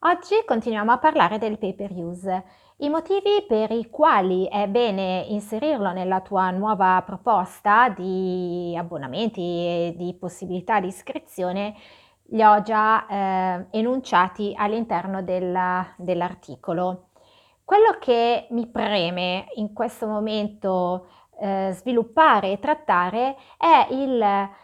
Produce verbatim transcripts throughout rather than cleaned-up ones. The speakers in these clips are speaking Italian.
Oggi continuiamo a parlare del pay per use. I motivi per i quali è bene inserirlo nella tua nuova proposta di abbonamenti e di possibilità di iscrizione li ho già eh, enunciati all'interno della- dell'articolo. Quello che mi preme in questo momento eh, sviluppare e trattare è il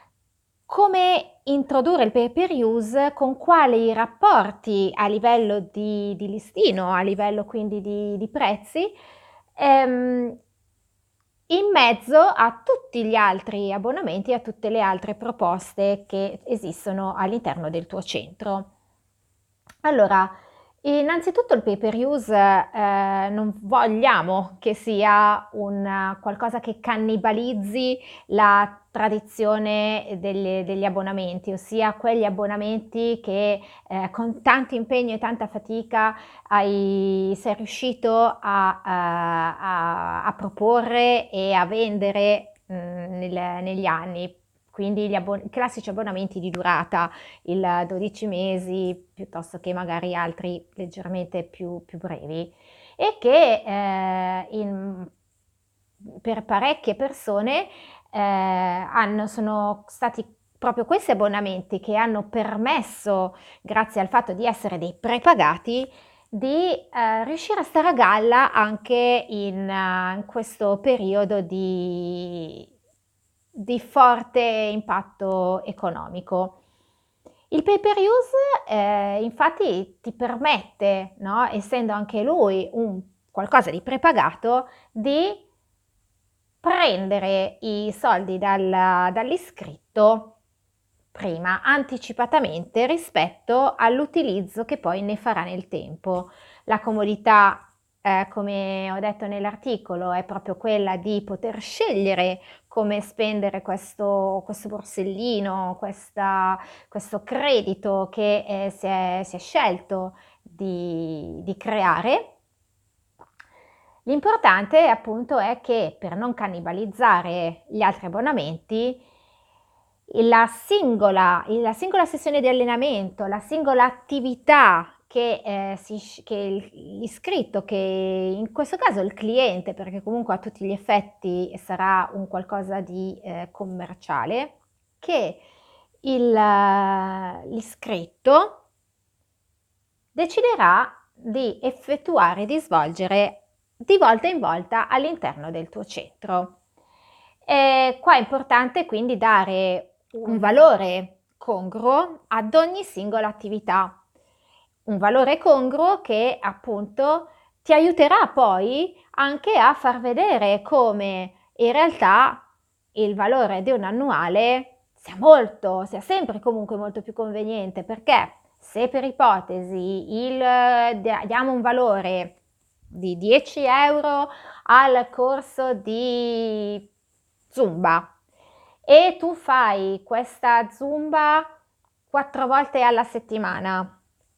come introdurre il pay per use, con quali rapporti a livello di, di listino, a livello quindi di, di prezzi, ehm, in mezzo a tutti gli altri abbonamenti e a tutte le altre proposte che esistono all'interno del tuo centro. Allora, innanzitutto il pay per use eh, non vogliamo che sia un qualcosa che cannibalizzi la tradizione degli, degli abbonamenti, ossia quegli abbonamenti che eh, con tanto impegno e tanta fatica hai, sei riuscito a, a- a- a proporre e a vendere mh, nel- negli anni. Quindi gli abbon- i classici abbonamenti di durata, il dodici mesi, piuttosto che magari altri leggermente più, più brevi, e che eh, in- per parecchie persone eh, hanno, sono stati proprio questi abbonamenti che hanno permesso, grazie al fatto di essere dei prepagati, di eh, riuscire a stare a galla anche in, eh, in questo periodo di, di forte impatto economico. Il pay per use eh, infatti ti permette, no, essendo anche lui un qualcosa di prepagato, di prendere i soldi dal- dall'iscritto prima, anticipatamente rispetto all'utilizzo che poi ne farà nel tempo. La comodità, eh, come ho detto nell'articolo, è proprio quella di poter scegliere come spendere questo, questo borsellino, questa- questo credito che eh, si è, si è scelto di, di creare. L'importante appunto è che per non cannibalizzare gli altri abbonamenti, la singola, la singola sessione di allenamento, la singola attività che, eh, si, che l'iscritto, che in questo caso il cliente, perché comunque a tutti gli effetti sarà un qualcosa di eh, commerciale, che il, eh, l'iscritto deciderà di effettuare, di svolgere di volta in volta all'interno del tuo centro. E qua è importante quindi dare un valore congruo ad ogni singola attività, un valore congruo che appunto ti aiuterà poi anche a far vedere come in realtà il valore di un annuale sia molto, sia sempre comunque molto più conveniente, perché se per ipotesi il, diamo un valore di dieci euro al corso di Zumba e tu fai questa Zumba quattro volte alla settimana,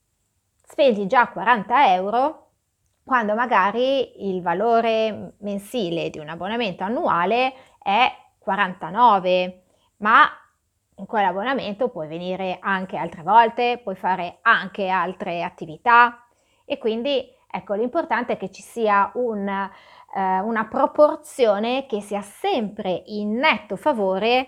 spendi già quaranta euro quando magari il valore mensile di un abbonamento annuale è quarantanove, ma in quell'abbonamento puoi venire anche altre volte, puoi fare anche altre attività e quindi ecco l'importante è che ci sia un, eh, una proporzione che sia sempre in netto favore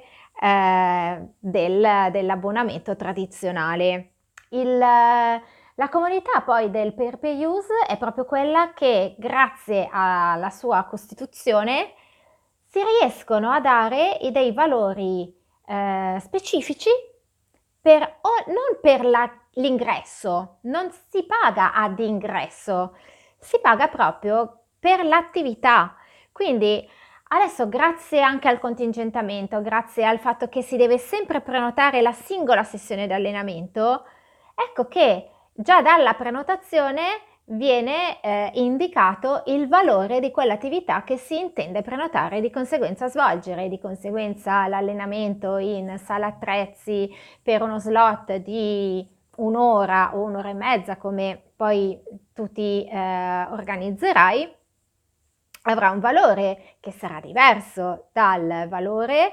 eh, del, dell'abbonamento tradizionale. Il, la comunità poi del per pay use è proprio quella che grazie alla sua costituzione si riescono a dare dei valori eh, specifici per, o, non per la, l'ingresso, non si paga ad ingresso, si paga proprio per l'attività. Quindi adesso grazie anche al contingentamento, grazie al fatto che si deve sempre prenotare la singola sessione di allenamento, ecco che già dalla prenotazione viene eh, indicato il valore di quell'attività che si intende prenotare e di conseguenza svolgere, di conseguenza l'allenamento in sala attrezzi per uno slot di un'ora o un'ora e mezza come poi tu ti eh, organizzerai avrà un valore che sarà diverso dal valore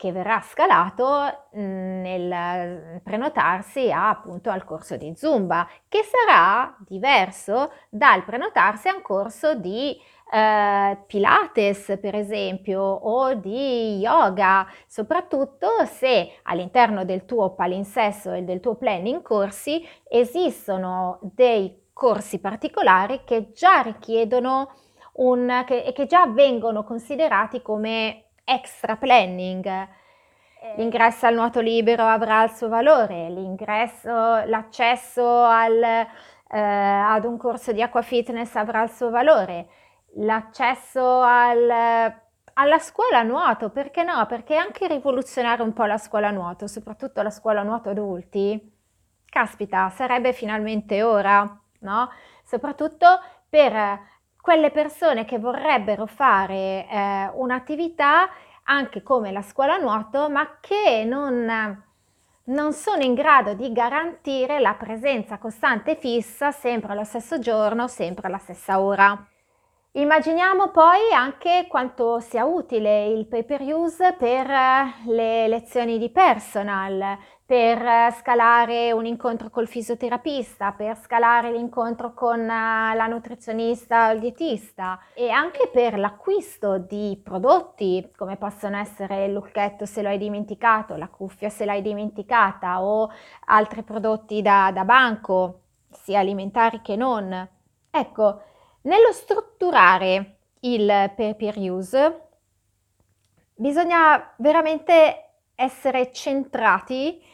che verrà scalato mh, nel prenotarsi a, appunto al corso di Zumba, che sarà diverso dal prenotarsi a un corso di eh, Pilates, per esempio, o di yoga, soprattutto se all'interno del tuo palinsesto e del tuo planning corsi esistono dei corsi particolari che già richiedono un, che, che già vengono considerati come extra planning. L'ingresso al nuoto libero avrà il suo valore, l'ingresso, l'accesso al, eh, ad un corso di acqua fitness avrà il suo valore, l'accesso al, alla scuola nuoto, perché no? Perché anche rivoluzionare un po' la scuola nuoto, soprattutto la scuola nuoto adulti, caspita, sarebbe finalmente ora, no? Soprattutto per quelle persone che vorrebbero fare eh, un'attività anche come la scuola nuoto, ma che non, non sono in grado di garantire la presenza costante e fissa sempre allo stesso giorno, sempre alla stessa ora. Immaginiamo poi anche quanto sia utile il pay-per-use per le lezioni di personal, per scalare un incontro col fisioterapista, per scalare l'incontro con la nutrizionista o il dietista e anche per l'acquisto di prodotti come possono essere il lucchetto se lo hai dimenticato, la cuffia se l'hai dimenticata o altri prodotti da, da banco, sia alimentari che non. Ecco, nello strutturare il pay-per-use bisogna veramente essere centrati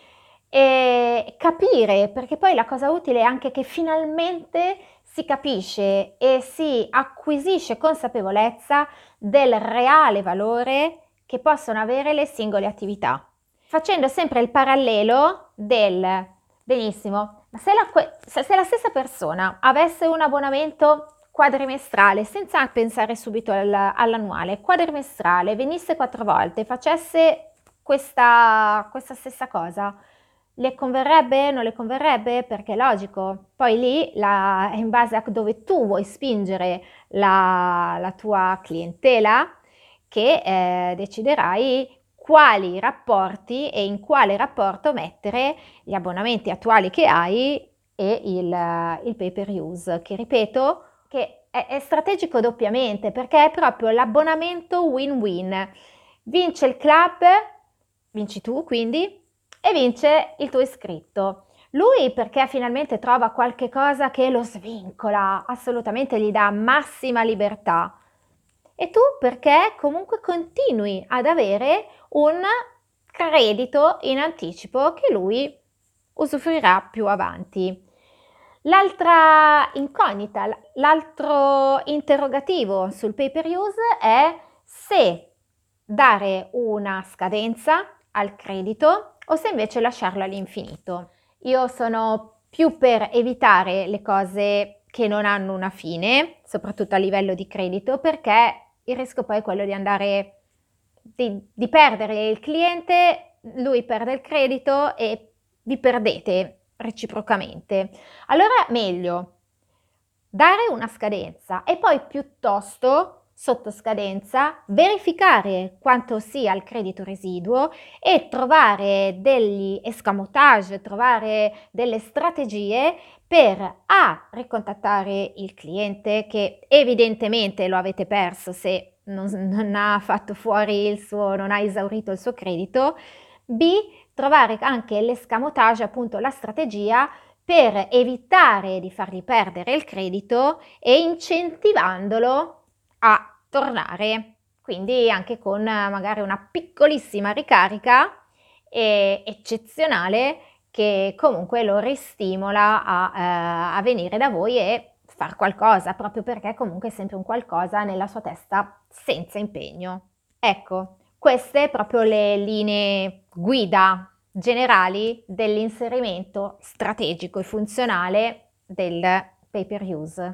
e capire, perché poi la cosa utile è anche che finalmente si capisce e si acquisisce consapevolezza del reale valore che possono avere le singole attività, facendo sempre il parallelo del benissimo, ma se la, se la stessa persona avesse un abbonamento quadrimestrale, senza pensare subito al, all'annuale, quadrimestrale, venisse quattro volte, facesse questa, questa stessa cosa, le converrebbe? Non le converrebbe? Perché è logico. Poi lì, la, in base a dove tu vuoi spingere la, la tua clientela, che eh, deciderai quali rapporti e in quale rapporto mettere gli abbonamenti attuali che hai e il, il pay-per-use, che ripeto, che è, è strategico doppiamente perché è proprio l'abbonamento win-win. Vince il club, vinci tu quindi, e vince il tuo iscritto. Lui perché finalmente trova qualche cosa che lo svincola, assolutamente gli dà massima libertà. E tu perché comunque continui ad avere un credito in anticipo che lui usufruirà più avanti. L'altra incognita, l'altro interrogativo sul pay-per-use è se dare una scadenza al credito o se invece lasciarlo all'infinito. Io sono più per evitare le cose che non hanno una fine, soprattutto a livello di credito, perché il rischio poi è quello di andare, di, di perdere il cliente, lui perde il credito e vi perdete reciprocamente. Allora meglio dare una scadenza e poi piuttosto sotto scadenza verificare quanto sia il credito residuo e trovare degli escamotage, trovare delle strategie per A, ricontattare il cliente che evidentemente lo avete perso se non, non ha fatto fuori il suo, non ha esaurito il suo credito, B, trovare anche l'escamotage, appunto la strategia per evitare di fargli perdere il credito e incentivandolo a tornare, quindi anche con magari una piccolissima ricarica eh, eccezionale che comunque lo ristimola a, eh, a venire da voi e far qualcosa, proprio perché comunque è sempre un qualcosa nella sua testa senza impegno. Ecco, queste proprio le linee guida generali dell'inserimento strategico e funzionale del pay-per-use.